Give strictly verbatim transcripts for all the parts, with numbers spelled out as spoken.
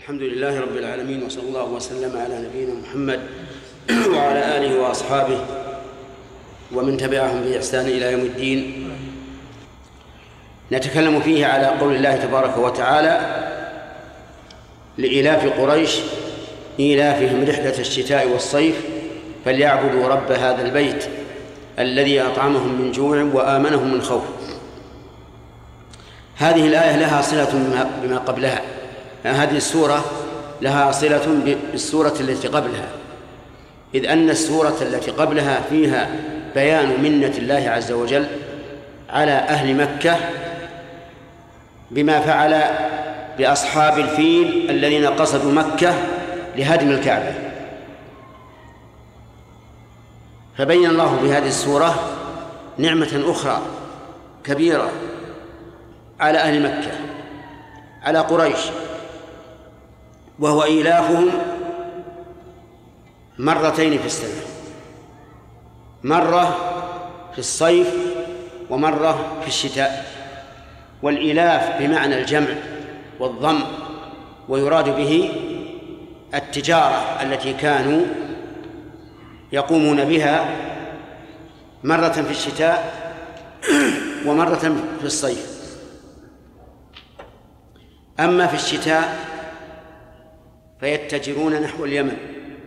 الحمد لله رب العالمين، وصلى الله وسلم على نبينا محمد وعلى آله وأصحابه ومن تبعهم بإحسان إلى يوم الدين. نتكلم فيه على قول الله تبارك وتعالى: لإلاف قريش إيلافهم رحلة الشتاء والصيف فليعبدوا رب هذا البيت الذي أطعمهم من جوع وآمنهم من خوف. هذه الآية لها صلة بما قبلها، هذه السورة لها صلة بالسورة التي قبلها، إذ أن السورة التي قبلها فيها بيان منة الله عز وجل على أهل مكة بما فعل بأصحاب الفيل الذين قصدوا مكة لهدم الكعبة. فبين الله بهذه السورة نعمة أخرى كبيرة على أهل مكة، على قريش، وهو إيلافهم مرتين في السنة، مرة في الصيف ومرة في الشتاء. والإيلاف بمعنى الجمع والضم، ويراد به التجارة التي كانوا يقومون بها مرة في الشتاء ومرة في الصيف. أما في الشتاء فيتجرون نحو اليمن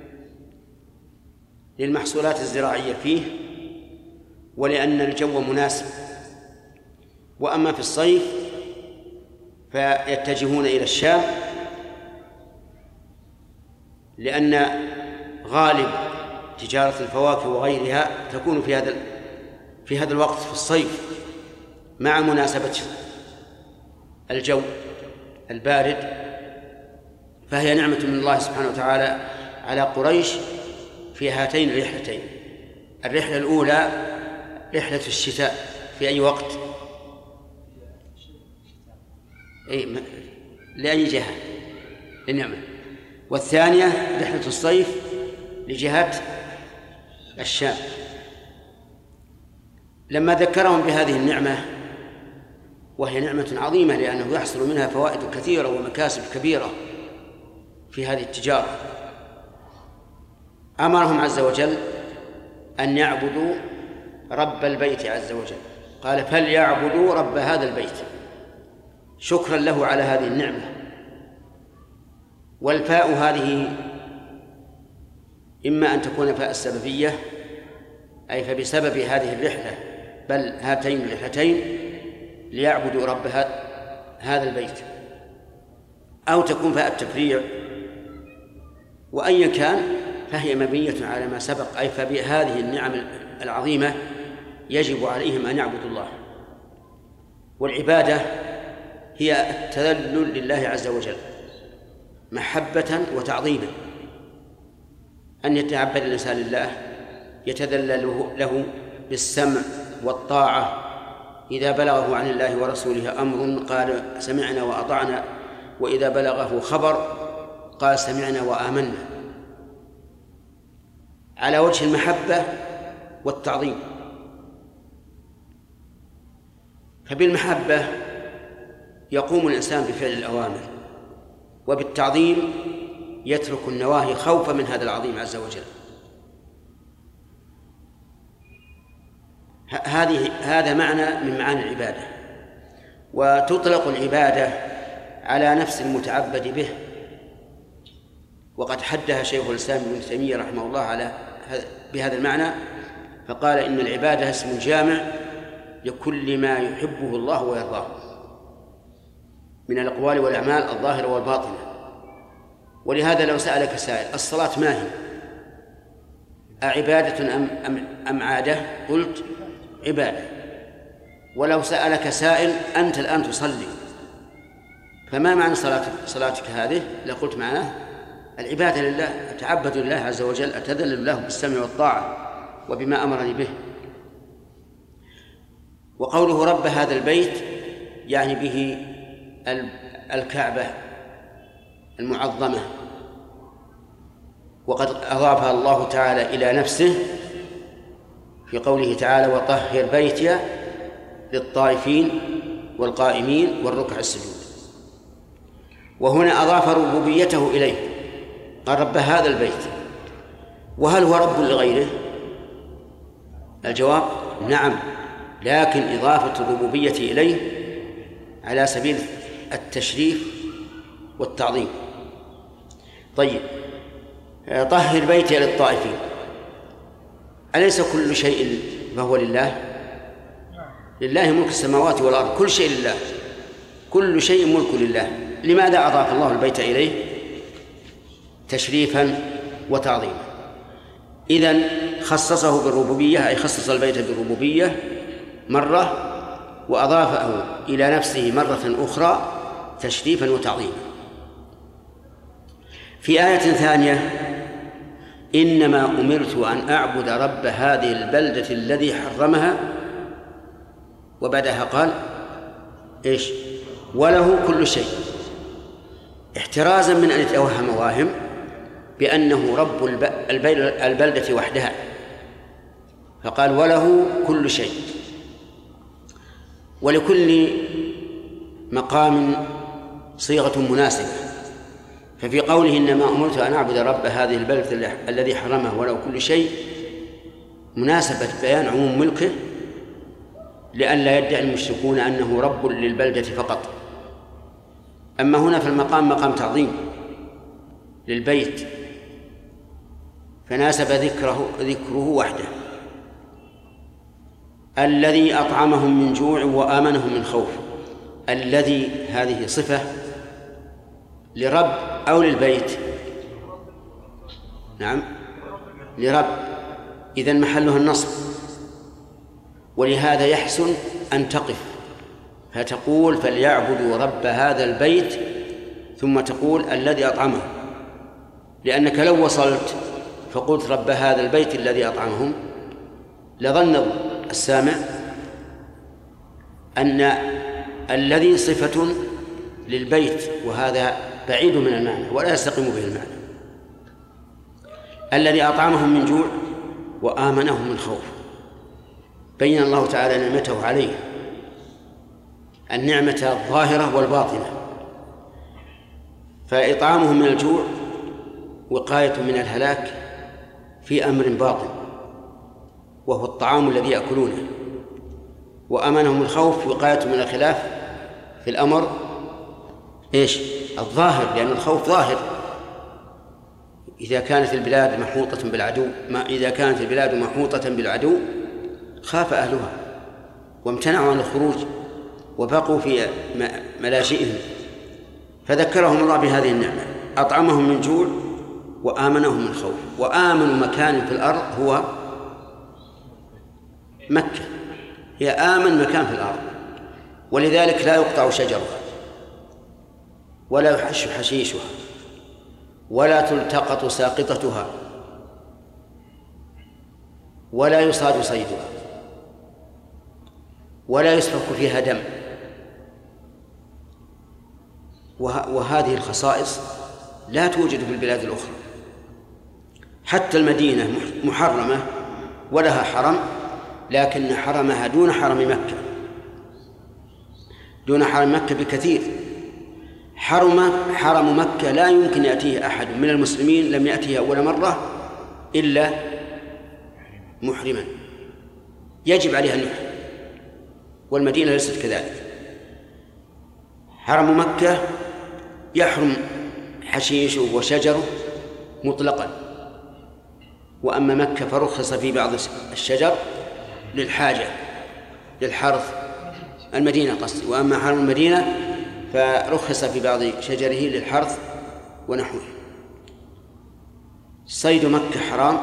للمحصولات الزراعية فيه ولأن الجو مناسب، وأما في الصيف فيتجهون إلى الشام لأن غالب تجارة الفواكه وغيرها تكون في هذا في هذا الوقت في الصيف مع مناسبة الجو البارد. فهي نعمة من الله سبحانه وتعالى على قريش في هاتين الرحلتين. الرحلة الأولى رحلة الشتاء في أي وقت؟ أي لأي جهة؟ للنعمة. والثانية رحلة الصيف لجهة الشام. لما ذكرهم بهذه النعمة، وهي نعمة عظيمة لأنه يحصل منها فوائد كثيرة ومكاسب كبيرة في هذه التجارة، أمرهم عز وجل أن يعبدوا رب البيت عز وجل. قال: فليعبدوا رب هذا البيت، شكرا له على هذه النعمة. والفاء هذه إما أن تكون فاء السببية، أي فبسبب هذه الرحلة، بل هاتين الرحلتين ليعبدوا رب هذا البيت، أو تكون فاء التفريع. وأيا كان فهي مبنية على ما سبق، أي فبهذه النعم العظيمة يجب عليهم أن يعبدوا الله. والعبادة هي التذلل لله عز وجل محبة وتعظيما، أن يتعبد الإنسان لله، يتذلل له بالسمع والطاعة. إذا بلغه عن الله ورسوله أمر قال سمعنا وأطعنا، وإذا بلغه خبر قال سمعنا وآمنا، على وجه المحبة والتعظيم. فبالمحبة يقوم الإنسان بفعل الأوامر، وبالتعظيم يترك النواهي خوفا من هذا العظيم عز وجل. هذه هذا معنى من معاني العبادة. وتطلق العبادة على نفس المتعبد به، وقد حدها شيخ الإسلام ابن تيمية رحمه الله على بهذا المعنى، فقال: إن العبادة اسم جامع لكل ما يحبه الله ويرضاه من الأقوال والأعمال الظاهرة والباطنة. ولهذا لو سألك سائل: الصلاة ما هي؟ أعبادة أم, أم, أم عادة؟ قلت عبادة. ولو سألك سائل: أنت الآن تصلي، فما معنى صلاتك, صلاتك هذه؟ لقلت معناه العبادة لله، أتعبد لله عز وجل، أتذلل له بالسمع والطاعة وبما أمرني به. وقوله رب هذا البيت يعني به الكعبة المعظمة، وقد أضافها الله تعالى إلى نفسه في قوله تعالى: وطهر بيتي للطائفين والقائمين والركع السجود. وهنا أضاف ربوبيته إليه، قال رب هذا البيت. وهل هو رب لغيره؟ الجواب نعم، لكن إضافة الربوبية إليه على سبيل التشريف والتعظيم. طيب، طهر بيتي للطائفين، أليس كل شيء فهو لله؟ لله ملك السماوات والأرض، كل شيء لله، كل شيء ملك لله. لماذا أضاف الله البيت إليه؟ تشريفا وتعظيما. إذن خصصه بالربوبية، أي خصص البيت بالربوبية مرة، وأضافه إلى نفسه مرة أخرى تشريفا وتعظيما. في آية ثانية: إنما أمرت أن أعبد رب هذه البلدة الذي حرمها، وبعدها قال إيش؟ وله كل شيء، احترازا من أن يتوهم واهم بأنه رب البلدة وحدها، فقال وله كل شيء. ولكل مقام صيغة مناسبة، ففي قوله إنما أمرت أن أعبد رب هذه البلدة الذي حرمه وله كل شيء مناسبة بيان عموم ملكه، لئلا يدعي المشركون أنه رب للبلدة فقط. أما هنا في المقام مقام تعظيم للبيت، فناسب ذكره ذكره وحده. الذي أطعمهم من جوع وآمنهم من خوف. الذي هذه صفة لرب أو للبيت؟ نعم، لرب، إذن محلها النصب، ولهذا يحسن أن تقف فتقول فليعبدوا رب هذا البيت، ثم تقول الذي أطعمه، لأنك لو وصلت فقلت رب هذا البيت الذي أطعمهم لظن السامع أن الذي صفة للبيت، وهذا بعيد من المعنى ولا يستقيم به المعنى. الذي أطعمهم من جوع وآمنهم من خوف، بين الله تعالى نعمته عليه، النعمة الظاهرة والباطنة. فإطعامهم من الجوع وقاية من الهلاك في أمر باطن وهو الطعام الذي يأكلونه، وأمنهم الخوف وقاية من الخلاف في الأمر إيش؟ الظاهر، لأن الخوف ظاهر. إذا كانت البلاد محوطة بالعدو ما إذا كانت البلاد محوطة بالعدو خاف أهلها وامتنعوا عن الخروج وبقوا في ملاجئهم، فذكرهم الله بهذه النعمة، أطعمهم من جوع وآمنهم من خوف. وآمن مكان في الأرض هو مكة، هي آمن مكان في الأرض، ولذلك لا يقطع شجرها ولا يحش حشيشها ولا تلتقط ساقطتها ولا يصاد صيدها ولا يسفك فيها دم. وهذه الخصائص لا توجد في البلاد الأخرى. حتى المدينة محرمة ولها حرم، لكن حرمها دون حرم مكة، دون حرم مكة بكثير. حرم حرم مكة لا يمكن يأتيه أحد من المسلمين لم يأتيه أول مرة إلا محرما، يجب عليها النحر، والمدينة ليست كذلك. حرم مكة يحرم حشيشه وشجره مطلقا، وأما مكة فرخص في بعض الشجر للحاجة للحرث، المدينة قصدي، وأما حرم المدينة فرخص في بعض شجره للحرث ونحوه. صيد مكة حرام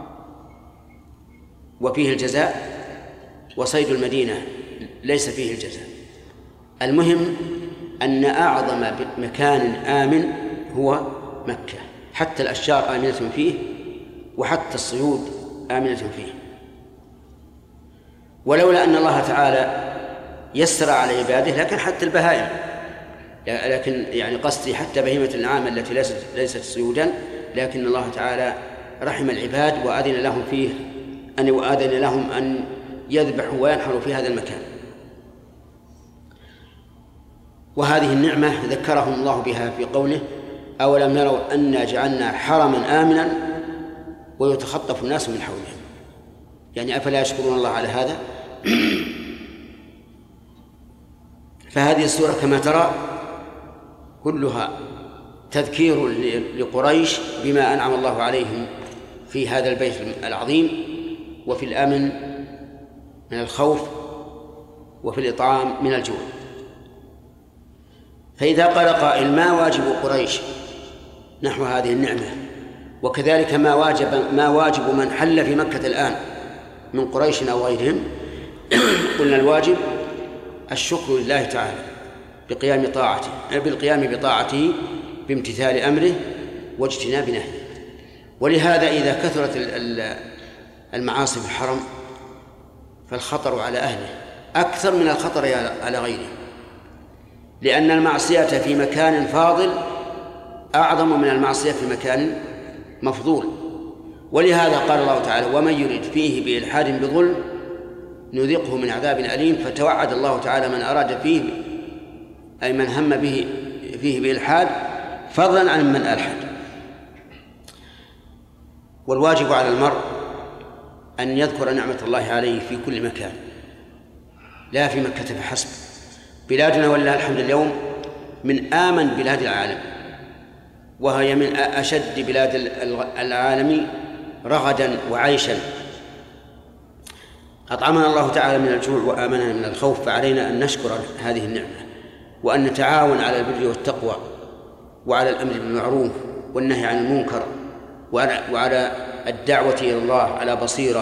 وفيه الجزاء، وصيد المدينة ليس فيه الجزاء. المهم أن أعظم مكان آمن هو مكة، حتى الأشجار آمنة فيه وحتى الصيود آمنة فيه. ولولا أن الله تعالى يسر على عباده لكن حتى البهائم، لكن يعني قصدي حتى بهيمة الأنعام التي ليست ليست صيودا، لكن الله تعالى رحم العباد وأذن لهم فيه أن وأذن لهم أن يذبحوا وينحروا في هذا المكان. وهذه النعمة ذكرهم الله بها في قوله: أولم يروا أنا جعلنا حرما آمنا ويتخطف الناس من حولهم. يعني أفلا يشكرون الله على هذا؟ فهذه السورة كما ترى كلها تذكير لقريش بما أنعم الله عليهم في هذا البيت العظيم، وفي الأمن من الخوف، وفي الإطعام من الجوع. فإذا قال قائل: ما واجب قريش نحو هذه النعمة؟ وكذلك ما واجب ما واجب من حل في مكة الآن من قريش أو غيرهم؟ قلنا: الواجب الشكر لله تعالى بقيام طاعته بالقيام بطاعته بامتثال أمره واجتناب نهيه. ولهذا إذا كثرت المعاصي في الحرم فالخطر على أهله أكثر من الخطر على غيره، لأن المعصية في مكان فاضل أعظم من المعصية في مكان مفضول. ولهذا قال الله تعالى: ومن يرد فيه بإلحاد بظلم نذقه من عذاب أليم. فتوعد الله تعالى من أراد فيه، أي من هم به فيه بإلحاد، فضلا عن من ألحد. والواجب على المرء أن يذكر نعمة الله عليه في كل مكان، لا في مكة فحسب. بلادنا ولله الحمد اليوم من آمن بلاد العالم، وهي من أشد بلاد العالم رغدا وعيشا. أطعمنا الله تعالى من الجوع وآمننا من الخوف، فعلينا أن نشكر هذه النعمة، وأن نتعاون على البر والتقوى، وعلى الأمر بالمعروف والنهي عن المنكر، وعلى الدعوة إلى الله على بصيرة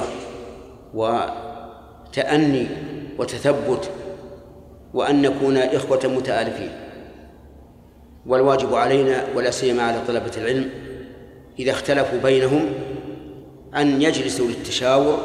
وتأني وتثبت، وأن نكون إخوة متآلفين. والواجب علينا ولا سيما على طلبة العلم إذا اختلفوا بينهم أن يجلسوا للتشاور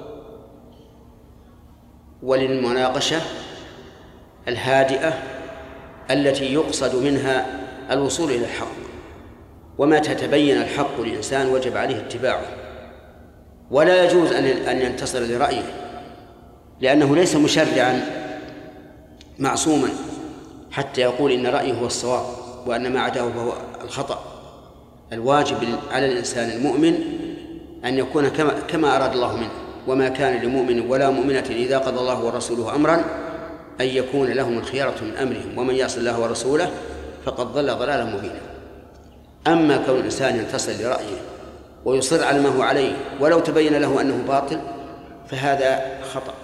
وللمناقشة الهادئة التي يقصد منها الوصول إلى الحق. ومتى تبين الحق للإنسان وجب عليه اتباعه، ولا يجوز أن ينتصر لرأيه، لأنه ليس مشرعا معصوما حتى يقول إن رأيه هو الصواب وأن ما عداه فهو الخطأ. الواجب على الإنسان المؤمن أن يكون كما, كما أراد الله منه. وما كان لمؤمن ولا مؤمنة إذا قضى الله ورسوله أمرا أن يكون لهم الخيارة من أمرهم، ومن يعص الله ورسوله فقد ضل ضلالا مبينا. أما كون الإنسان ينتصر لرأيه ويصر على ما هو عليه ولو تبين له أنه باطل فهذا خطأ.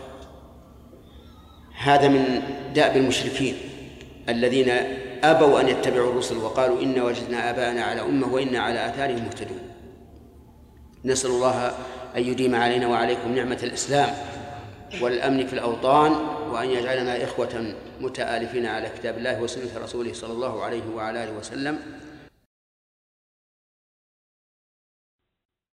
هذا من دأب المشركين الذين أبوا أن يتبعوا الرسل وقالوا إنا وجدنا آباءنا على أمة وإنا على آثارهم مهتدون. نسأل الله أن يديم علينا وعليكم نعمة الإسلام والأمن في الأوطان، وأن يجعلنا إخوة متآلفين على كتاب الله وسنة رسوله صلى الله عليه وعلى آله وسلم.